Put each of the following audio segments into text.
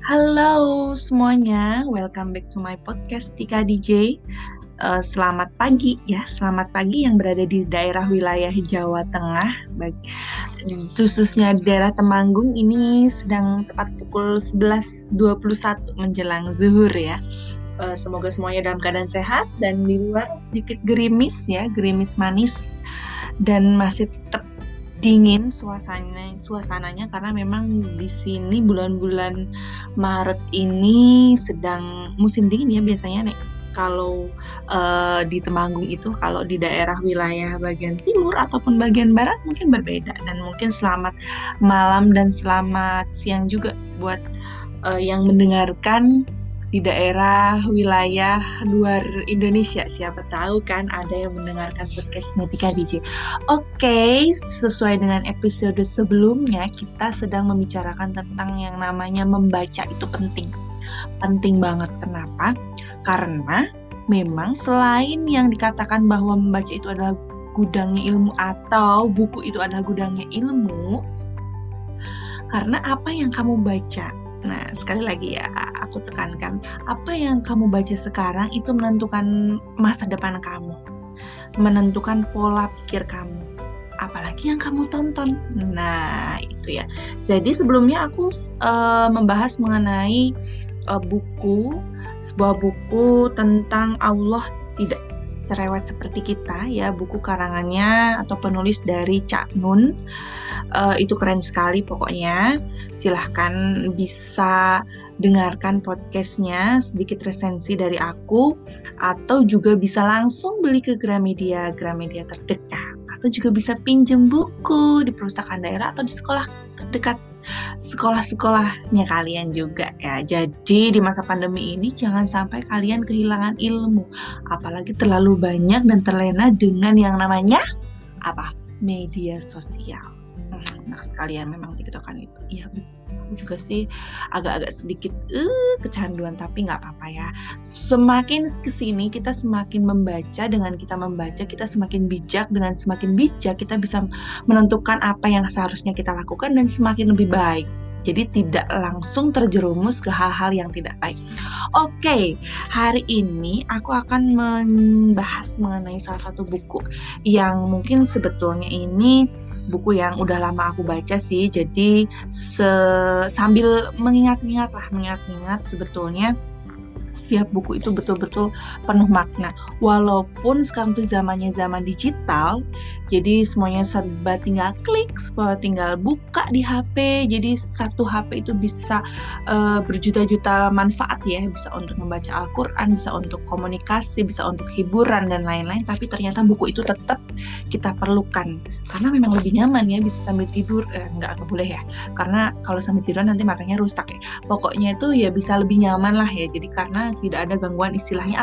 Halo semuanya, welcome back to my podcast Tika DJ. Selamat pagi ya, selamat pagi yang berada di daerah wilayah Jawa Tengah, khususnya daerah Temanggung. Ini sedang tepat pukul 11.21 menjelang zuhur ya. Semoga semuanya dalam keadaan sehat dan di luar sedikit gerimis ya, gerimis manis dan masih tetap dingin suasananya karena memang di sini bulan-bulan Maret ini sedang musim dingin ya biasanya nih. Kalau di Temanggung itu, kalau di daerah wilayah bagian timur ataupun bagian barat mungkin berbeda. Dan mungkin selamat malam dan selamat siang juga buat yang mendengarkan di daerah wilayah luar Indonesia. Siapa tahu kan ada yang mendengarkan podcast Tika DJ. Oke, sesuai dengan episode sebelumnya, kita sedang membicarakan tentang yang namanya membaca itu penting. Penting banget. Kenapa? Karena memang selain yang dikatakan bahwa membaca itu adalah gudangnya ilmu atau buku itu adalah gudangnya ilmu, karena apa yang kamu baca. Nah, sekali lagi ya, aku tekankan, apa yang kamu baca sekarang itu menentukan masa depan kamu, menentukan pola pikir kamu, apalagi yang kamu tonton. Nah, itu ya. Jadi sebelumnya aku membahas mengenai sebuah buku tentang Allah Tidak Cerewet Seperti Kita ya, buku karangannya atau penulis dari Cak Nun. Itu keren sekali pokoknya. Silahkan bisa dengarkan podcastnya, sedikit resensi dari aku, atau juga bisa langsung beli ke Gramedia terdekat, atau juga bisa pinjem buku di perpustakaan daerah atau di sekolah terdekat, sekolah-sekolahnya kalian juga ya. Jadi di masa pandemi ini jangan sampai kalian kehilangan ilmu, apalagi terlalu banyak dan terlena dengan yang namanya media sosial. Nah, sekalian memang tiktokan itu. Iya, aku juga sih agak-agak sedikit kecanduan, tapi nggak apa-apa ya. Semakin kesini kita semakin membaca, dengan kita membaca kita semakin bijak, dengan semakin bijak kita bisa menentukan apa yang seharusnya kita lakukan dan semakin lebih baik. Jadi tidak langsung terjerumus ke hal-hal yang tidak baik. Oke, hari ini aku akan membahas mengenai salah satu buku yang mungkin sebetulnya ini buku yang udah lama aku baca sih. Jadi sambil mengingat-ingat sebetulnya setiap buku itu betul-betul penuh makna. Walaupun sekarang tuh zamannya zaman digital, jadi semuanya serba tinggal klik, tinggal buka di HP. Jadi satu HP itu bisa berjuta-juta manfaat ya. Bisa untuk membaca Al-Quran, bisa untuk komunikasi, bisa untuk hiburan dan lain-lain. Tapi ternyata buku itu tetap kita perlukan. Karena memang lebih nyaman ya, bisa sambil tidur. Nggak boleh ya. Karena kalau sambil tidur nanti matanya rusak ya. Pokoknya itu ya bisa lebih nyaman lah ya. Jadi karena tidak ada gangguan istilahnya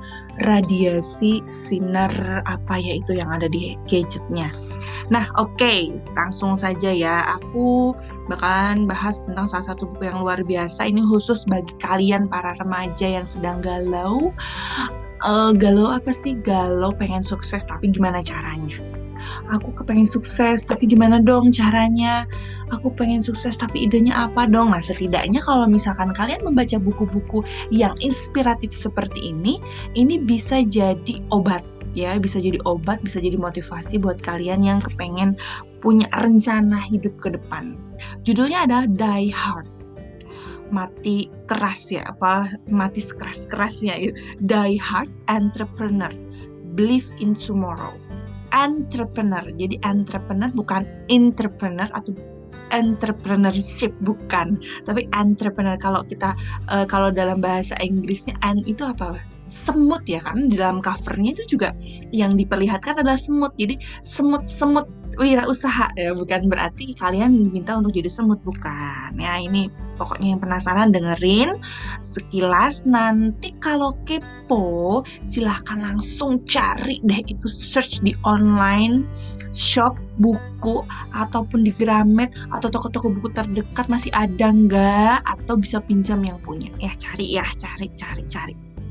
radiasi sinar itu yang ada di gadgetnya. Nah, oke, langsung saja ya. Aku bakalan bahas tentang salah satu buku yang luar biasa. Ini khusus bagi kalian para remaja yang sedang galau. Galau apa sih? Galau pengen sukses, tapi gimana caranya? Aku kepengen sukses, tapi gimana dong caranya? Aku pengen sukses, tapi idenya apa dong? Nah, setidaknya kalau misalkan kalian membaca buku-buku yang inspiratif seperti ini bisa jadi obat ya, bisa jadi obat, bisa jadi motivasi buat kalian yang kepengen punya rencana hidup ke depan. Judulnya adalah Die Hard. Mati keras ya, mati keras-kerasnya itu. Die Hard Entrepreneur, Believe in Tomorrow. Entrepreneur, jadi entrepreneur bukan entrepreneur atau entrepreneurship, bukan, tapi entrepreneur. Kalau kita kalau dalam bahasa Inggrisnya itu apa? Semut ya kan, di dalam covernya itu juga yang diperlihatkan adalah semut. Jadi semut wirausaha ya, bukan berarti kalian diminta untuk jadi semut, bukan ya. Ini pokoknya yang penasaran dengerin sekilas. Nanti kalau kepo silahkan langsung cari deh, itu search di online shop buku ataupun di Gramet atau toko-toko buku terdekat masih ada nggak, atau bisa pinjam yang punya ya. Cari.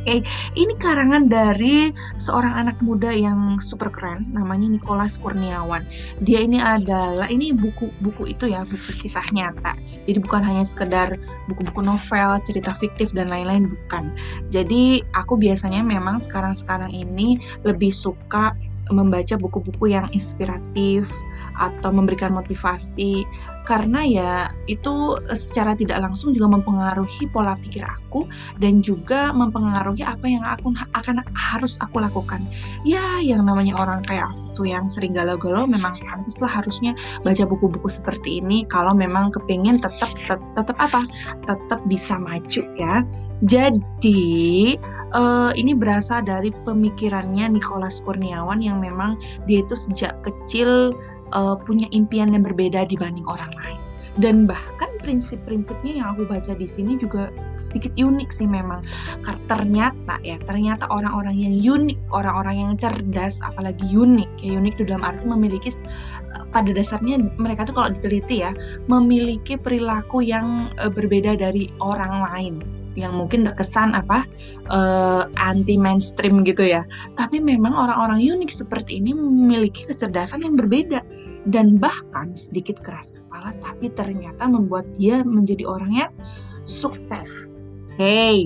Oke, ini karangan dari seorang anak muda yang super keren, namanya Nicholas Kurniawan. Dia ini adalah, ini buku-buku itu ya, buku kisah nyata. Jadi bukan hanya sekedar buku-buku novel, cerita fiktif dan lain-lain, bukan. Jadi aku biasanya memang sekarang-sekarang ini lebih suka membaca buku-buku yang inspiratif atau memberikan motivasi karena ya itu secara tidak langsung juga mempengaruhi pola pikir aku dan juga mempengaruhi apa yang aku akan harus aku lakukan. Ya, yang namanya orang kayak aku tuh yang sering galau-galau memang pantaslah harusnya baca buku-buku seperti ini kalau memang kepingin tetap apa? Tetap bisa maju ya. Jadi ini berasal dari pemikirannya Nicholas Kurniawan yang memang dia itu sejak kecil punya impian yang berbeda dibanding orang lain. Dan bahkan prinsip-prinsipnya yang aku baca di sini juga sedikit unik sih memang. Ternyata orang-orang yang unik, orang-orang yang cerdas, apalagi unik. Ya unik itu dalam arti memiliki pada dasarnya mereka tuh kalau diteliti ya, memiliki perilaku yang berbeda dari orang lain yang mungkin terkesan anti mainstream gitu ya. Tapi memang orang-orang unik seperti ini memiliki kecerdasan yang berbeda dan bahkan sedikit keras kepala, tapi ternyata membuat dia menjadi orang yang sukses. Hey,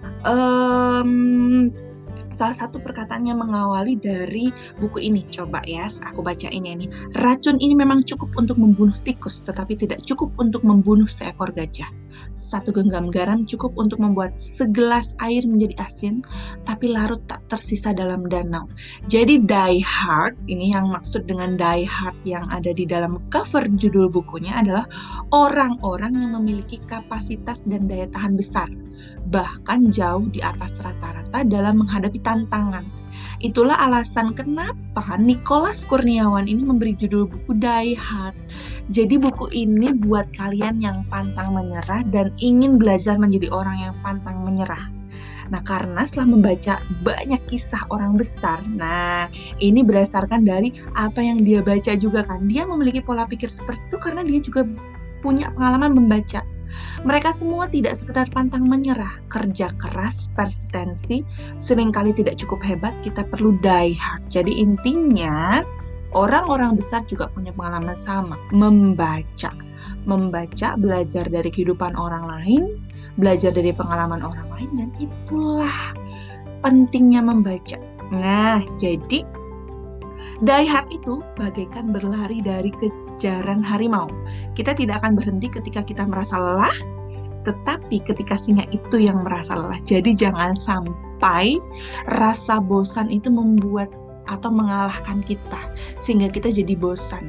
salah satu perkataan yang mengawali dari buku ini, coba ya, aku bacain ya ini. Racun ini memang cukup untuk membunuh tikus, tetapi tidak cukup untuk membunuh seekor gajah. Satu genggam garam cukup untuk membuat segelas air menjadi asin, tapi larut tak tersisa dalam danau. Jadi Die Hard, ini yang maksud dengan Die Hard yang ada di dalam cover judul bukunya adalah orang-orang yang memiliki kapasitas dan daya tahan besar, bahkan jauh di atas rata-rata dalam menghadapi tantangan. Itulah alasan kenapa Nicholas Kurniawan ini memberi judul buku Die Hard. Jadi buku ini buat kalian yang pantang menyerah dan ingin belajar menjadi orang yang pantang menyerah. Nah, karena setelah membaca banyak kisah orang besar, nah ini berdasarkan dari apa yang dia baca juga kan. Dia memiliki pola pikir seperti itu karena dia juga punya pengalaman membaca. Mereka semua tidak sekedar pantang menyerah, kerja keras, persistensi, seringkali tidak cukup hebat, kita perlu die hard. Jadi intinya, orang-orang besar juga punya pengalaman sama, membaca, belajar dari kehidupan orang lain, belajar dari pengalaman orang lain, dan itulah pentingnya membaca. Nah, jadi Die Hard itu bagaikan berlari dari kejaran harimau. Kita tidak akan berhenti ketika kita merasa lelah, tetapi ketika singa itu yang merasa lelah. Jadi jangan sampai rasa bosan itu membuat atau mengalahkan kita, sehingga kita jadi bosan.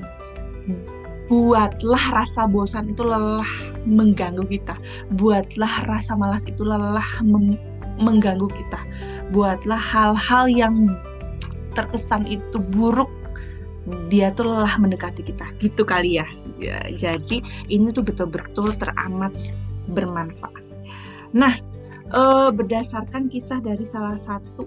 Buatlah rasa bosan itu lelah mengganggu kita. Buatlah rasa malas itu lelah mengganggu kita. Buatlah hal-hal yang terkesan itu buruk, dia tuh lelah mendekati kita, gitu kali ya. Jadi ini tuh betul-betul teramat bermanfaat. Nah, berdasarkan kisah dari salah satu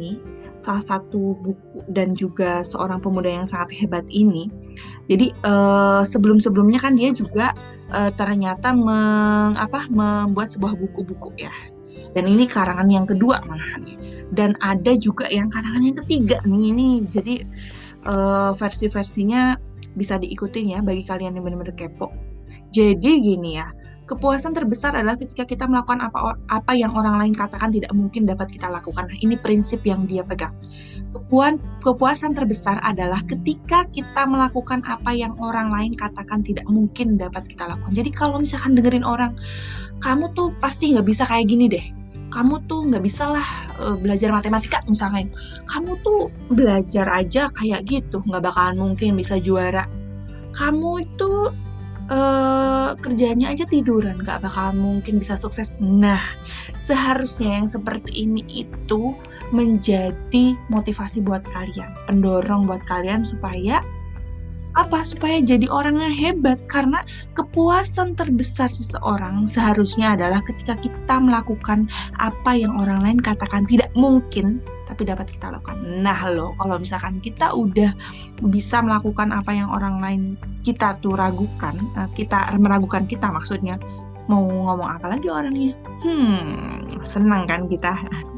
buku dan juga seorang pemuda yang sangat hebat ini, jadi sebelum-sebelumnya kan dia juga ternyata membuat sebuah buku-buku ya. Dan ini karangan yang kedua malahan ya. Dan ada juga yang karangan yang ketiga nih. Ini jadi versi-versinya bisa diikutin ya bagi kalian yang benar-benar kepo. Jadi gini ya, kepuasan terbesar adalah ketika kita melakukan apa yang orang lain katakan tidak mungkin dapat kita lakukan. Nah, ini prinsip yang dia pegang. Kepuasan terbesar adalah ketika kita melakukan apa yang orang lain katakan tidak mungkin dapat kita lakukan. Jadi kalau misalkan dengerin orang, kamu tuh pasti nggak bisa kayak gini deh. Kamu tuh nggak bisa lah belajar matematika misalnya. Kamu tuh belajar aja kayak gitu, nggak bakalan mungkin bisa juara. Kamu itu kerjanya aja tiduran, nggak bakalan mungkin bisa sukses. Nah, seharusnya yang seperti ini itu menjadi motivasi buat kalian, pendorong buat kalian supaya jadi orang yang hebat. Karena kepuasan terbesar seseorang seharusnya adalah ketika kita melakukan apa yang orang lain katakan tidak mungkin tapi dapat kita lakukan. Nah kalau misalkan kita udah bisa melakukan apa yang orang lain kita tuh ragukan, meragukan kita maksudnya, mau ngomong apa lagi orangnya, senang kan kita.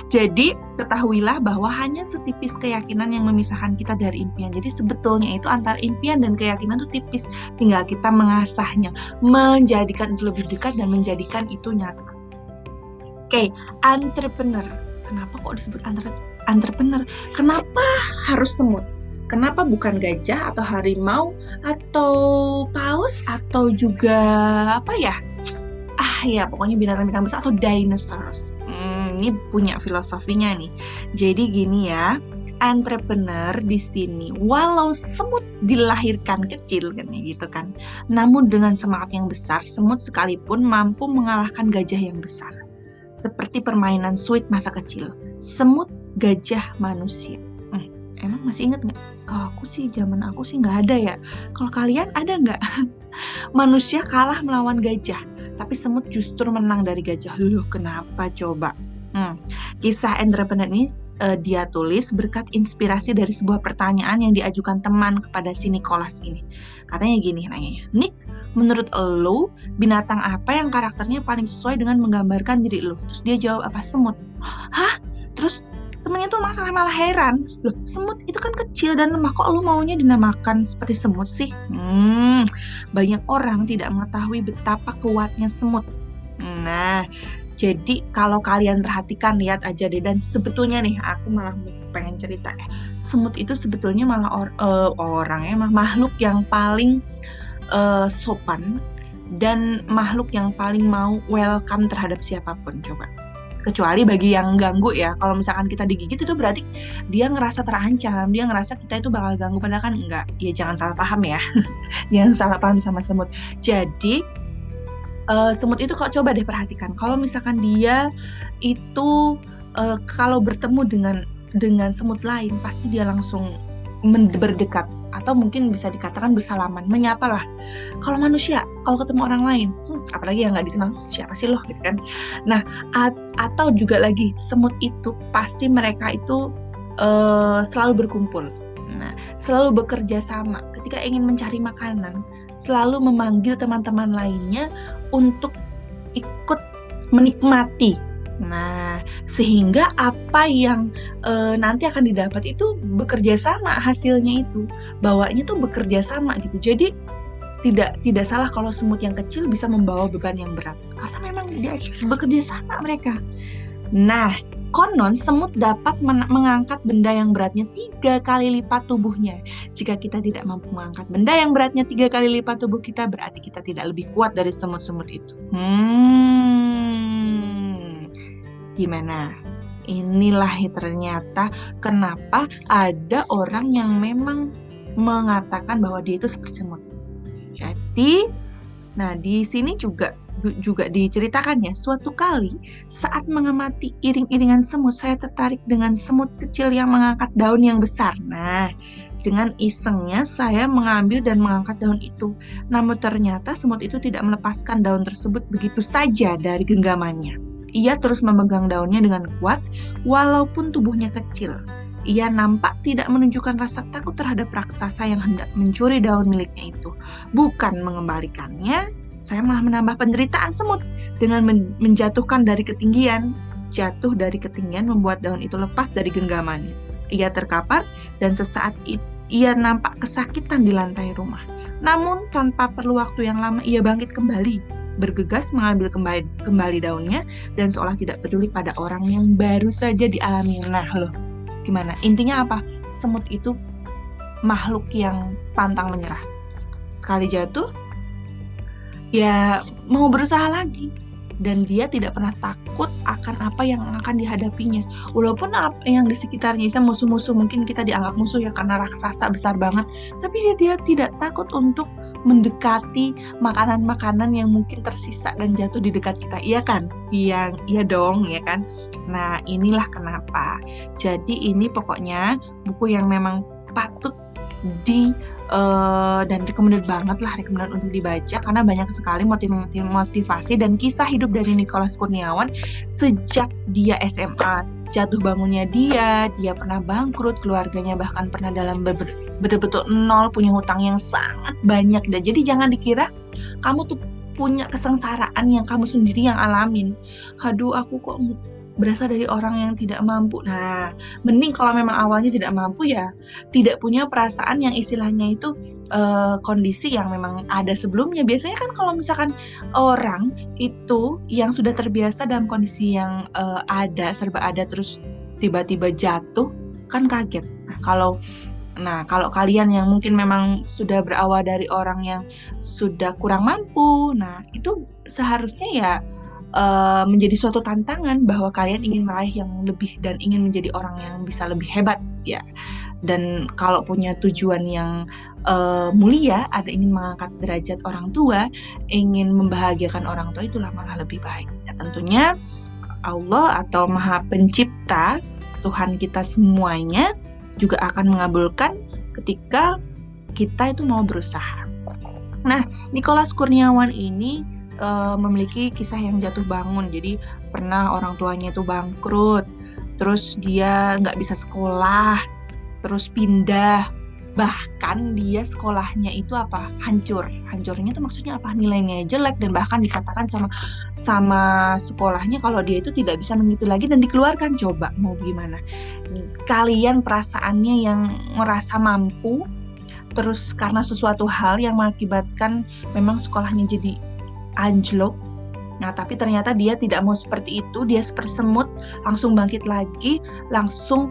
Jadi ketahuilah bahwa hanya setipis keyakinan yang memisahkan kita dari impian. Jadi sebetulnya itu antara impian dan keyakinan itu tipis. Tinggal kita mengasahnya, menjadikan itu lebih dekat dan menjadikan itu nyata. Oke, entrepreneur. Kenapa kok disebut entrepreneur? Kenapa harus semut? Kenapa bukan gajah atau harimau atau paus atau juga apa ya? Ya pokoknya binatang-binatang besar atau dinosaurs. Ini punya filosofinya nih. Jadi gini ya, entrepreneur di sini walau semut dilahirkan kecil kan gitu kan, namun dengan semangat yang besar, semut sekalipun mampu mengalahkan gajah yang besar. Seperti permainan sweet masa kecil, semut, gajah, manusia. Emang masih inget nggak? Kalau aku sih, zaman aku sih nggak ada ya. Kalau kalian ada nggak? Manusia kalah melawan gajah, tapi semut justru menang dari gajah. Loh, kenapa coba? Kisah entrepreneur ini dia tulis berkat inspirasi dari sebuah pertanyaan yang diajukan teman kepada si Nicholas ini. Katanya gini nanyanya, Nick, menurut lo binatang apa yang karakternya paling sesuai dengan menggambarkan diri lo? Terus dia jawab apa? Semut. Hah? Terus temennya tuh malah heran, loh semut itu kan kecil dan lemah, kok lu maunya dinamakan seperti semut sih? Banyak orang tidak mengetahui betapa kuatnya semut. Nah, jadi kalau kalian perhatikan, lihat aja deh, dan sebetulnya nih aku malah pengen cerita ya, semut itu sebetulnya malah makhluk yang paling sopan dan makhluk yang paling mau welcome terhadap siapapun, coba. Kecuali bagi yang ganggu ya, kalau misalkan kita digigit itu berarti dia ngerasa terancam, dia ngerasa kita itu bakal ganggu, padahal kan enggak. Ya jangan salah paham ya, jangan salah paham sama semut. Jadi semut itu kok coba deh perhatikan, kalau misalkan dia itu kalau bertemu dengan semut lain, pasti dia langsung berdekat, atau mungkin bisa dikatakan bersalaman, menyapa lah. Kalau manusia, kalau ketemu orang lain, apalagi yang nggak dikenal, siapa sih loh gitu kan. Nah, atau juga lagi, semut itu pasti mereka itu selalu berkumpul. Nah, selalu bekerja sama. Ketika ingin mencari makanan, selalu memanggil teman-teman lainnya untuk ikut menikmati. Nah, sehingga apa yang nanti akan didapat itu bekerja sama, hasilnya itu bawanya tuh bekerja sama gitu. Jadi tidak salah kalau semut yang kecil bisa membawa beban yang berat, karena memang dia bekerja sama mereka. Nah, konon semut dapat mengangkat benda yang beratnya 3 kali lipat tubuhnya. Jika kita tidak mampu mengangkat benda yang beratnya 3 kali lipat tubuh kita, berarti kita tidak lebih kuat dari semut-semut itu. Gimana? Inilah ternyata kenapa ada orang yang memang mengatakan bahwa dia itu seperti semut. Jadi, nah di sini juga diceritakan ya, suatu kali saat mengamati iring-iringan semut, saya tertarik dengan semut kecil yang mengangkat daun yang besar. Nah, dengan isengnya saya mengambil dan mengangkat daun itu. Namun ternyata semut itu tidak melepaskan daun tersebut begitu saja dari genggamannya. Ia terus memegang daunnya dengan kuat, walaupun tubuhnya kecil. Ia nampak tidak menunjukkan rasa takut terhadap raksasa yang hendak mencuri daun miliknya itu. Bukan mengembalikannya, saya malah menambah penderitaan semut dengan menjatuhkan dari ketinggian. Jatuh dari ketinggian membuat daun itu lepas dari genggamannya. Ia terkapar dan sesaat ia nampak kesakitan di lantai rumah. Namun tanpa perlu waktu yang lama ia bangkit kembali, bergegas mengambil kembali daunnya dan seolah tidak peduli pada orang yang baru saja dialami. Nah loh, gimana? Intinya apa? Semut itu makhluk yang pantang menyerah. Sekali jatuh, ya mau berusaha lagi. Dan dia tidak pernah takut akan apa yang akan dihadapinya. Walaupun apa yang di sekitarnya musuh-musuh, mungkin kita dianggap musuh ya karena raksasa besar banget, tapi dia tidak takut untuk mendekati makanan-makanan yang mungkin tersisa dan jatuh di dekat kita. Iya kan? Iya dong, ya kan? Nah, inilah kenapa. Jadi ini pokoknya buku yang memang patut dan recommended banget lah, recommended untuk dibaca karena banyak sekali motivasi dan kisah hidup dari Nicholas Kurniawan sejak dia SMA. Jatuh bangunnya dia pernah bangkrut, keluarganya bahkan pernah dalam betul-betul nol, punya hutang yang sangat banyak. Dan jadi jangan dikira kamu tuh punya kesengsaraan yang kamu sendiri yang alamin. Aduh, aku kok berasal dari orang yang tidak mampu. Nah, mending kalau memang awalnya tidak mampu ya, tidak punya perasaan yang istilahnya itu kondisi yang memang ada sebelumnya. Biasanya kan kalau misalkan orang itu yang sudah terbiasa dalam kondisi yang serba ada, terus tiba-tiba jatuh, kan kaget. Nah, kalau kalian yang mungkin memang sudah berawal dari orang yang sudah kurang mampu, nah itu seharusnya ya menjadi suatu tantangan bahwa kalian ingin meraih yang lebih dan ingin menjadi orang yang bisa lebih hebat ya. Dan kalau punya tujuan yang mulia, ada ingin mengangkat derajat orang tua, ingin membahagiakan orang tua, itulah malah lebih baik. Ya, tentunya Allah atau Maha Pencipta, Tuhan kita semuanya juga akan mengabulkan ketika kita itu mau berusaha. Nah, Nicholas Kurniawan ini memiliki kisah yang jatuh bangun. Jadi pernah orang tuanya itu bangkrut, terus dia nggak bisa sekolah, terus pindah. Bahkan dia sekolahnya itu hancurnya itu maksudnya apa, nilainya jelek, dan bahkan dikatakan sama sekolahnya kalau dia itu tidak bisa mengikuti lagi dan dikeluarkan. Coba mau gimana kalian perasaannya yang merasa mampu, terus karena sesuatu hal yang mengakibatkan memang sekolahnya jadi anjlok. Nah, tapi ternyata dia tidak mau seperti itu. Dia seperti semut, langsung bangkit lagi, langsung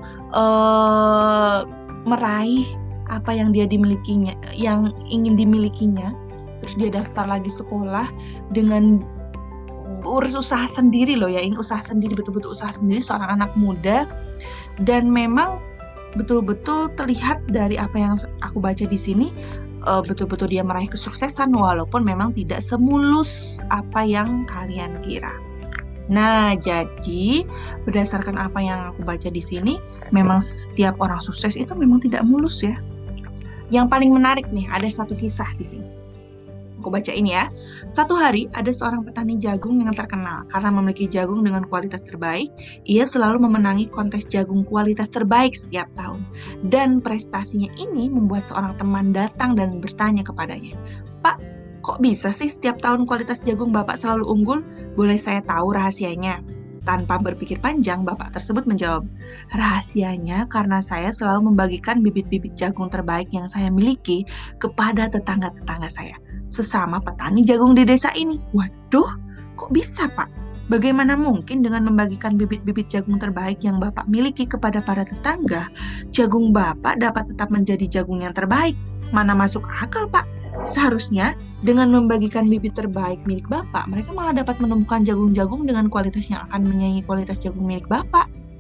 meraih apa yang dia dimilikinya, yang ingin dimilikinya. Terus dia daftar lagi sekolah dengan berusaha sendiri loh ya. Ini usaha sendiri, betul-betul usaha sendiri seorang anak muda. Dan memang betul-betul terlihat dari apa yang aku baca di sini, betul-betul dia meraih kesuksesan walaupun memang tidak semulus apa yang kalian kira. Nah, jadi berdasarkan apa yang aku baca di sini, memang setiap orang sukses itu memang tidak mulus ya. Yang paling menarik nih, ada satu kisah di sini. Aku bacain ya. Suatu hari ada seorang petani jagung yang terkenal karena memiliki jagung dengan kualitas terbaik. Ia selalu memenangi kontes jagung kualitas terbaik setiap tahun. Dan prestasinya ini membuat seorang teman datang dan bertanya kepadanya, "Pak, kok bisa sih setiap tahun kualitas jagung Bapak selalu unggul? Boleh saya tahu rahasianya?" Tanpa berpikir panjang, bapak tersebut menjawab, "Rahasianya karena saya selalu membagikan bibit-bibit jagung terbaik yang saya miliki kepada tetangga-tetangga saya, sesama petani jagung di desa ini." Waduh, kok bisa Pak? Bagaimana mungkin dengan membagikan bibit-bibit jagung terbaik yang Bapak miliki kepada para tetangga, jagung Bapak dapat tetap menjadi jagung yang terbaik? Mana masuk akal Pak? Seharusnya dengan membagikan bibit terbaik milik Bapak, mereka malah dapat menemukan jagung-jagung dengan kualitas yang akan menyaingi kualitas jagung milik Bapak.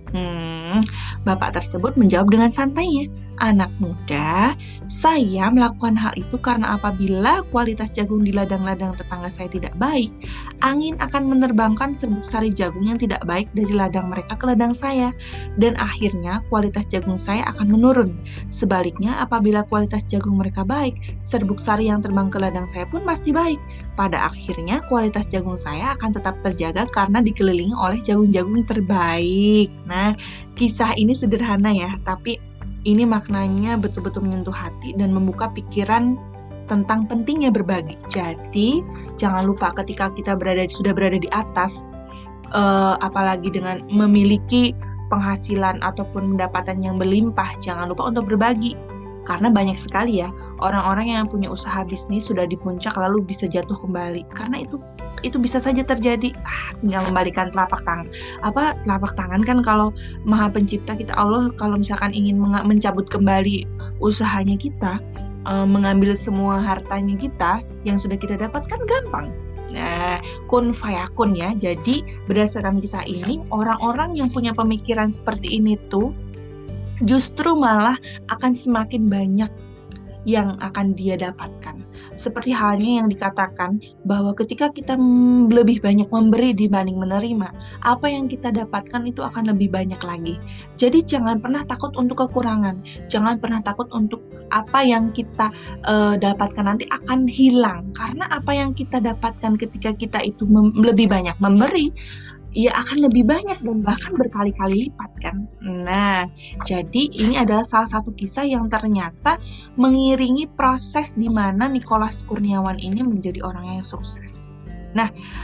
Bapak tersebut menjawab dengan santainya, "Anak muda, saya melakukan hal itu karena apabila kualitas jagung di ladang-ladang tetangga saya tidak baik, angin akan menerbangkan serbuk sari jagung yang tidak baik dari ladang mereka ke ladang saya, dan akhirnya kualitas jagung saya akan menurun. Sebaliknya, apabila kualitas jagung mereka baik, serbuk sari yang terbang ke ladang saya pun pasti baik. Pada akhirnya, kualitas jagung saya akan tetap terjaga karena dikelilingi oleh jagung-jagung terbaik." Nah, kisah ini sederhana ya, tapi ini maknanya betul-betul menyentuh hati dan membuka pikiran tentang pentingnya berbagi. Jadi, jangan lupa ketika kita sudah berada di atas, apalagi dengan memiliki penghasilan ataupun pendapatan yang berlimpah, jangan lupa untuk berbagi. Karena banyak sekali ya orang-orang yang punya usaha bisnis sudah di puncak lalu bisa jatuh kembali. Karena itu bisa saja terjadi. Tinggal membalikan telapak tangan. Telapak tangan kan kalau Maha Pencipta kita Allah kalau misalkan ingin mencabut kembali usahanya kita, mengambil semua hartanya kita yang sudah kita dapatkan gampang. Nah, kun fayakun ya. Jadi berdasarkan kisah ini, orang-orang yang punya pemikiran seperti ini tuh justru malah akan semakin banyak yang akan dia dapatkan. Seperti halnya yang dikatakan bahwa ketika kita lebih banyak memberi dibanding menerima, apa yang kita dapatkan itu akan lebih banyak lagi. Jadi jangan pernah takut untuk kekurangan, jangan pernah takut untuk apa yang kita dapatkan nanti akan hilang. Karena apa yang kita dapatkan ketika kita itu lebih banyak memberi, ia akan lebih banyak dan bahkan berkali-kali lipat kan. Nah, jadi ini adalah salah satu kisah yang ternyata mengiringi proses di mana Nicholas Kurniawan ini menjadi orang yang sukses. Nah,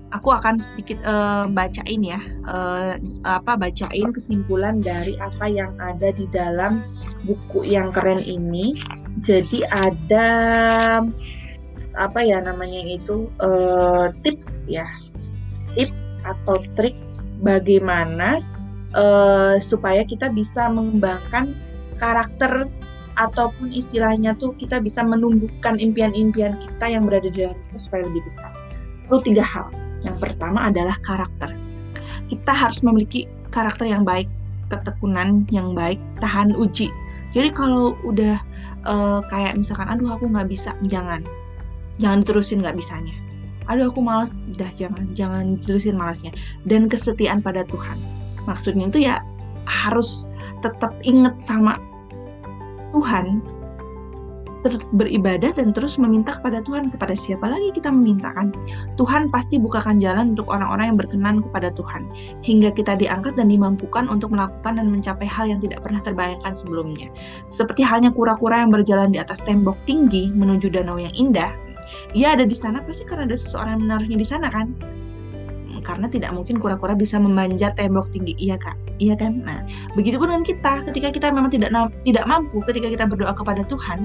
aku akan sedikit bacain ya, bacain kesimpulan dari apa yang ada di dalam buku yang keren ini. Jadi ada apa ya namanya itu tips ya, tips atau trik bagaimana supaya kita bisa mengembangkan karakter ataupun istilahnya tuh kita bisa menumbuhkan impian-impian kita yang berada di dalam kita supaya lebih besar. Perlu 3 hal. Yang pertama adalah karakter. Kita harus memiliki karakter yang baik, ketekunan yang baik, tahan uji. Jadi kalau udah kayak misalkan, aduh aku nggak bisa, jangan terusin nggak bisanya. Aduh aku malas, udah jangan terusin malasnya. Dan kesetiaan pada Tuhan. Maksudnya itu ya harus tetap ingat sama Tuhan, tetap beribadah dan terus meminta kepada Tuhan. Kepada siapa lagi kita memintakan? Tuhan pasti bukakan jalan untuk orang-orang yang berkenan kepada Tuhan, hingga kita diangkat dan dimampukan untuk melakukan dan mencapai hal yang tidak pernah terbayangkan sebelumnya. Seperti halnya kura-kura yang berjalan di atas tembok tinggi menuju danau yang indah. Ia ada di sana pasti karena ada seseorang yang menaruhnya di sana kan? Karena tidak mungkin kura-kura bisa memanjat tembok tinggi, iya kan? Iya kan? Nah, begitupun dengan kita, ketika kita memang tidak mampu, ketika kita berdoa kepada Tuhan,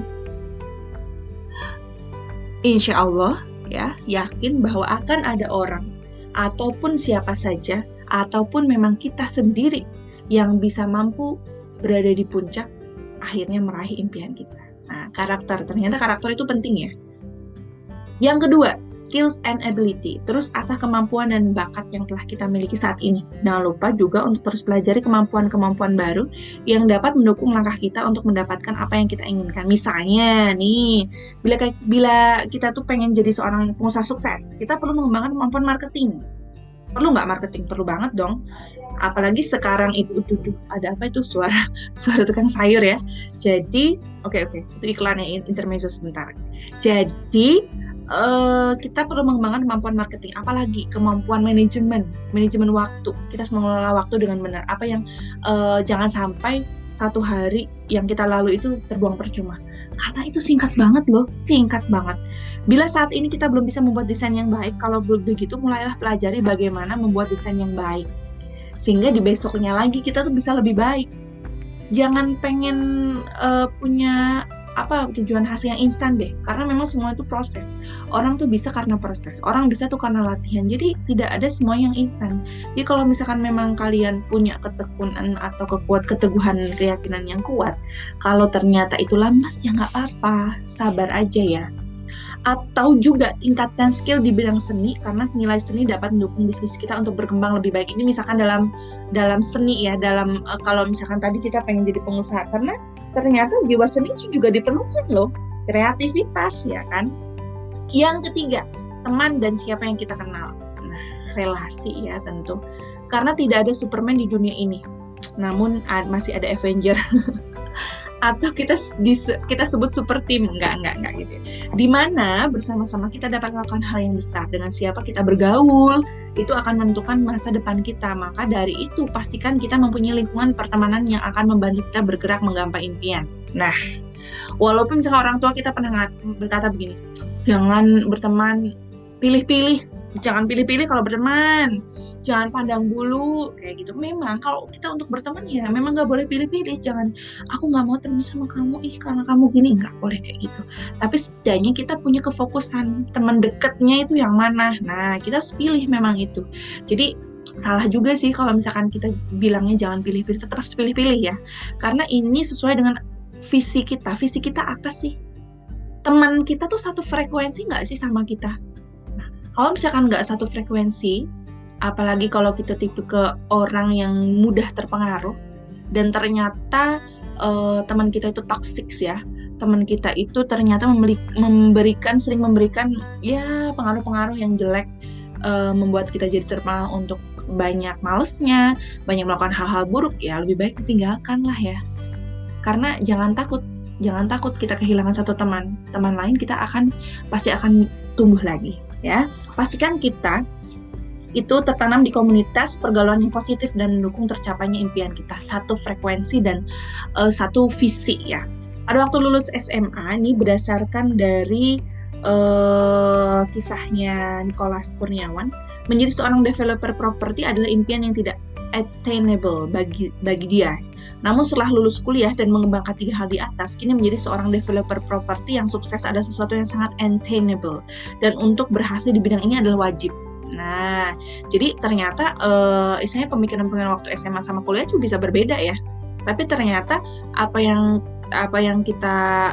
insya Allah ya, yakin bahwa akan ada orang ataupun siapa saja ataupun memang kita sendiri yang bisa mampu berada di puncak, akhirnya meraih impian kita. Nah, ternyata karakter itu penting ya. Yang kedua, skills and ability. Terus asah kemampuan dan bakat yang telah kita miliki saat ini. Jangan lupa juga untuk terus pelajari kemampuan-kemampuan baru yang dapat mendukung langkah kita untuk mendapatkan apa yang kita inginkan. Misalnya nih, bila kita tuh pengen jadi seorang pengusaha sukses, kita perlu mengembangkan kemampuan marketing. Perlu nggak marketing? Perlu banget dong. Apalagi sekarang itu ada apa itu suara tukang sayur ya. Jadi, oke, itu iklannya intermezzo sebentar. Jadi kita perlu mengembangkan kemampuan marketing, apalagi kemampuan manajemen waktu. Kita harus mengelola waktu dengan benar. Apa yang jangan sampai satu hari yang kita lalui itu terbuang percuma. Karena itu singkat banget loh, singkat banget. Bila saat ini kita belum bisa membuat desain yang baik, kalau begitu mulailah pelajari bagaimana membuat desain yang baik. Sehingga di besoknya lagi kita tuh bisa lebih baik. Jangan pengen punya tujuan hasil yang instan deh, karena memang semua itu proses. Orang tuh bisa karena proses, orang bisa tuh karena latihan. Jadi tidak ada semua yang instan. Jadi kalau misalkan memang kalian punya ketekunan atau keteguhan keyakinan yang kuat, kalau ternyata itu lambat ya nggak apa-apa, sabar aja ya. Atau juga tingkatkan skill di bidang seni, karena nilai seni dapat mendukung bisnis kita untuk berkembang lebih baik. Ini misalkan dalam seni ya, kalau misalkan tadi kita pengen jadi pengusaha, karena ternyata jiwa seni juga diperlukan loh, kreativitas ya kan. Yang ketiga, teman dan siapa yang kita kenal. Nah, relasi ya tentu, karena tidak ada Superman di dunia ini, namun masih ada Avenger. Atau kita sebut super team, enggak gitu. Dimana bersama-sama kita dapat melakukan hal yang besar. Dengan siapa kita bergaul, itu akan menentukan masa depan kita. Maka dari itu pastikan kita mempunyai lingkungan pertemanan yang akan membantu kita bergerak menggapai impian. Nah, walaupun misalkan orang tua kita pernah berkata begini, jangan berteman, jangan pilih-pilih kalau berteman, jangan pandang bulu, kayak gitu. Memang kalau kita untuk berteman ya memang nggak boleh pilih-pilih. Jangan, aku nggak mau teman sama kamu, karena kamu gini, nggak boleh kayak gitu. Tapi setidaknya kita punya kefokusan, teman dekatnya itu yang mana. Nah, kita harus pilih memang itu. Jadi salah juga sih kalau misalkan kita bilangnya jangan pilih-pilih, tetap harus pilih-pilih ya. Karena ini sesuai dengan visi kita. Visi kita apa sih? Teman kita tuh satu frekuensi nggak sih sama kita? Kalau misalkan nggak satu frekuensi, apalagi kalau kita tipe ke orang yang mudah terpengaruh, dan ternyata teman kita itu toxic ya, teman kita itu ternyata sering memberikan ya pengaruh-pengaruh yang jelek, membuat kita jadi terpengaruh untuk banyak malesnya, banyak melakukan hal-hal buruk, ya lebih baik ditinggalkan lah ya. Karena jangan takut kita kehilangan satu teman lain, kita pasti akan tumbuh lagi. Ya, pastikan kita itu tertanam di komunitas pergaulan yang positif dan mendukung tercapainya impian kita, satu frekuensi dan satu visi ya. Pada waktu lulus SMA ini berdasarkan dari kisahnya Nicholas Kurniawan, menjadi seorang developer properti adalah impian yang tidak attainable bagi dia. Namun setelah lulus kuliah dan mengembangkan 3 hal di atas, kini menjadi seorang developer properti yang sukses adalah sesuatu yang sangat attainable, dan untuk berhasil di bidang ini adalah wajib. Nah, jadi ternyata istilahnya pemikiran-pemikiran waktu SMA sama kuliah juga bisa berbeda ya. Tapi ternyata apa yang kita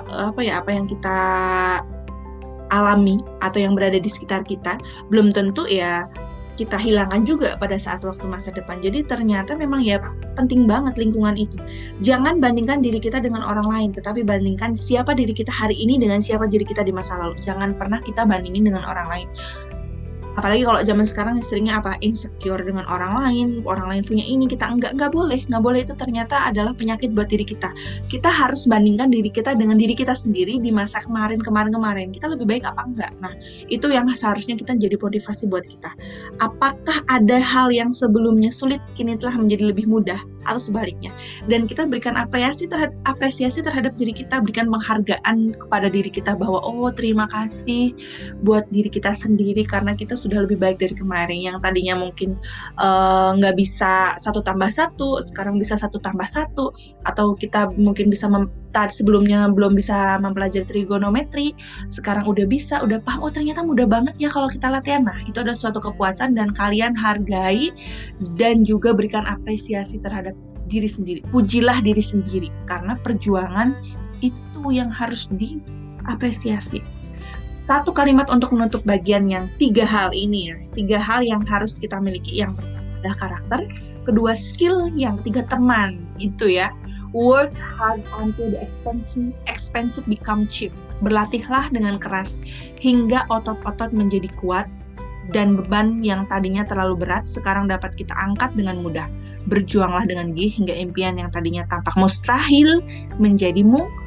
alami atau yang berada di sekitar kita belum tentu ya kita hilangkan juga pada saat waktu masa depan. Jadi ternyata memang ya penting banget lingkungan itu. Jangan bandingkan diri kita dengan orang lain, tetapi bandingkan siapa diri kita hari ini dengan siapa diri kita di masa lalu. Jangan pernah kita bandingin dengan orang lain. Apalagi kalau zaman sekarang seringnya insecure dengan orang lain punya ini, kita nggak boleh itu ternyata adalah penyakit buat diri kita. Kita harus bandingkan diri kita dengan diri kita sendiri di masa kemarin, kita lebih baik apa enggak. Nah, itu yang seharusnya kita jadi motivasi buat kita. Apakah ada hal yang sebelumnya sulit kini telah menjadi lebih mudah, atau sebaliknya? Dan kita berikan apresiasi terhadap diri kita, berikan penghargaan kepada diri kita bahwa terima kasih buat diri kita sendiri karena kita sudah lebih baik dari kemarin. Yang tadinya mungkin nggak bisa 1+1, sekarang bisa 1+1, atau kita mungkin bisa sebelumnya belum bisa mempelajari trigonometri, sekarang udah bisa, udah paham, ternyata mudah banget ya kalau kita latihan. Nah, itu ada suatu kepuasan, dan kalian hargai dan juga berikan apresiasi terhadap diri sendiri. Pujilah diri sendiri, karena perjuangan itu yang harus diapresiasi. Satu kalimat untuk menutup bagian yang 3 hal ini ya. 3 hal yang harus kita miliki. Yang pertama adalah karakter, kedua skill, yang ketiga teman. Itu ya. Work hard until the expensive become cheap. Berlatihlah dengan keras hingga otot-otot menjadi kuat, dan beban yang tadinya terlalu berat sekarang dapat kita angkat dengan mudah. Berjuanglah dengan gigih hingga impian yang tadinya tampak mustahil menjadi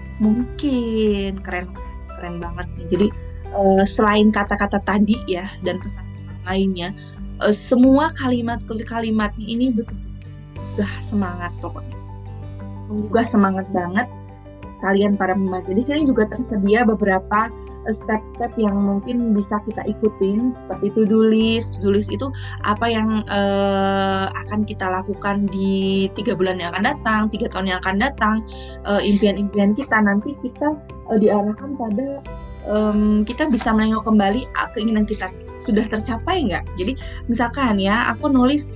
mungkin. Keren banget nih. Jadi selain kata-kata tadi ya dan pesan-pesan lainnya, semua kalimat-kalimatnya ini betul-betul semangat pokoknya. Menggugah semangat banget kalian para pembaca. Di sini juga tersedia beberapa step-step yang mungkin bisa kita ikutin, seperti to-do list. To-do list itu apa yang akan kita lakukan di 3 bulan yang akan datang, 3 tahun yang akan datang, impian-impian kita. Nanti kita diarahkan pada kita bisa menengok kembali keinginan kita sudah tercapai nggak. Jadi misalkan ya, aku nulis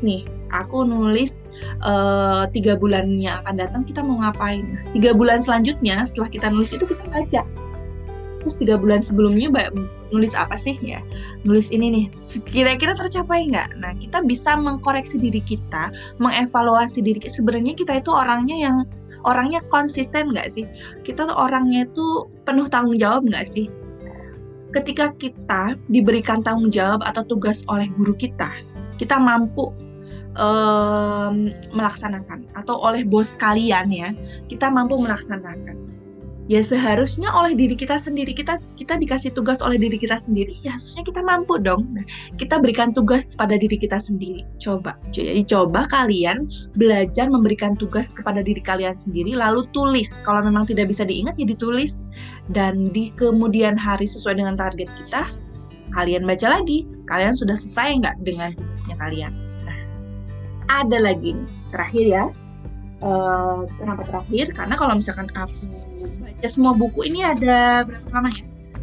3 bulan yang akan datang kita mau ngapain. 3 bulan selanjutnya setelah kita nulis itu kita baca. Terus 3 bulan sebelumnya nulis apa sih ya? Nulis ini nih, kira-kira tercapai nggak? Nah, kita bisa mengkoreksi diri kita, mengevaluasi diri kita. Sebenarnya kita itu orangnya konsisten nggak sih? Kita tuh orangnya itu penuh tanggung jawab nggak sih? Ketika kita diberikan tanggung jawab atau tugas oleh guru kita mampu melaksanakan, atau oleh bos kalian ya, kita mampu melaksanakan. Ya seharusnya oleh diri kita sendiri, kita dikasih tugas oleh diri kita sendiri, ya harusnya kita mampu dong. Nah, kita berikan tugas pada diri kita sendiri. Jadi coba kalian belajar memberikan tugas kepada diri kalian sendiri, lalu tulis. Kalau memang tidak bisa diingat ya ditulis, dan di kemudian hari sesuai dengan target kita, kalian baca lagi, kalian sudah selesai nggak dengan tugasnya kalian. Nah, ada lagi nih, terakhir ya. Kenapa terakhir? Karena kalau misalkan aku baca semua buku ini ada berapa lamanya?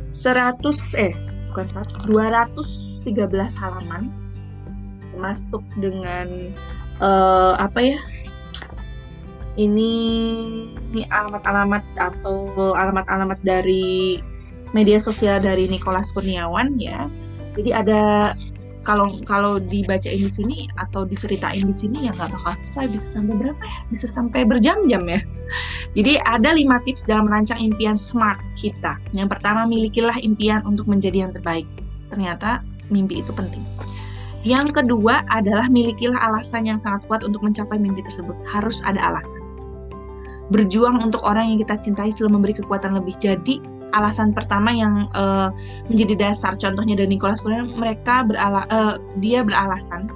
213 halaman, termasuk dengan ini alamat-alamat atau alamat-alamat dari media sosial dari Nicholas Kurniawan ya. Jadi ada, kalau dibacain di sini atau diceritain di sini ya nggak bakal selesai, bisa sampai berapa ya? Bisa sampai berjam-jam ya. Jadi ada 5 tips dalam merancang impian smart kita. Yang pertama, milikilah impian untuk menjadi yang terbaik. Ternyata mimpi itu penting. Yang kedua adalah milikilah alasan yang sangat kuat untuk mencapai mimpi tersebut. Harus ada alasan. Berjuang untuk orang yang kita cintai selalu memberi kekuatan lebih. Jadi alasan pertama yang menjadi dasar, contohnya dari Nicholas Kurniawan, dia beralasan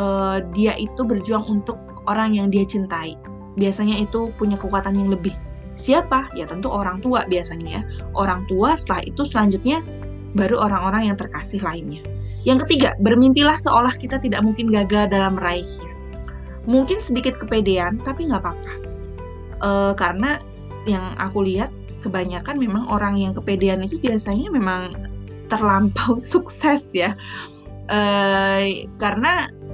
dia itu berjuang untuk orang yang dia cintai. Biasanya itu punya kekuatan yang lebih Siapa? Ya tentu orang tua biasanya ya. Orang tua, setelah itu selanjutnya baru orang-orang yang terkasih lainnya. Yang ketiga, bermimpilah seolah kita tidak mungkin gagal dalam meraihnya. Mungkin sedikit kepedean, tapi nggak apa-apa. Karena yang aku lihat kebanyakan memang orang yang kepedean itu biasanya memang terlampau sukses ya. Karena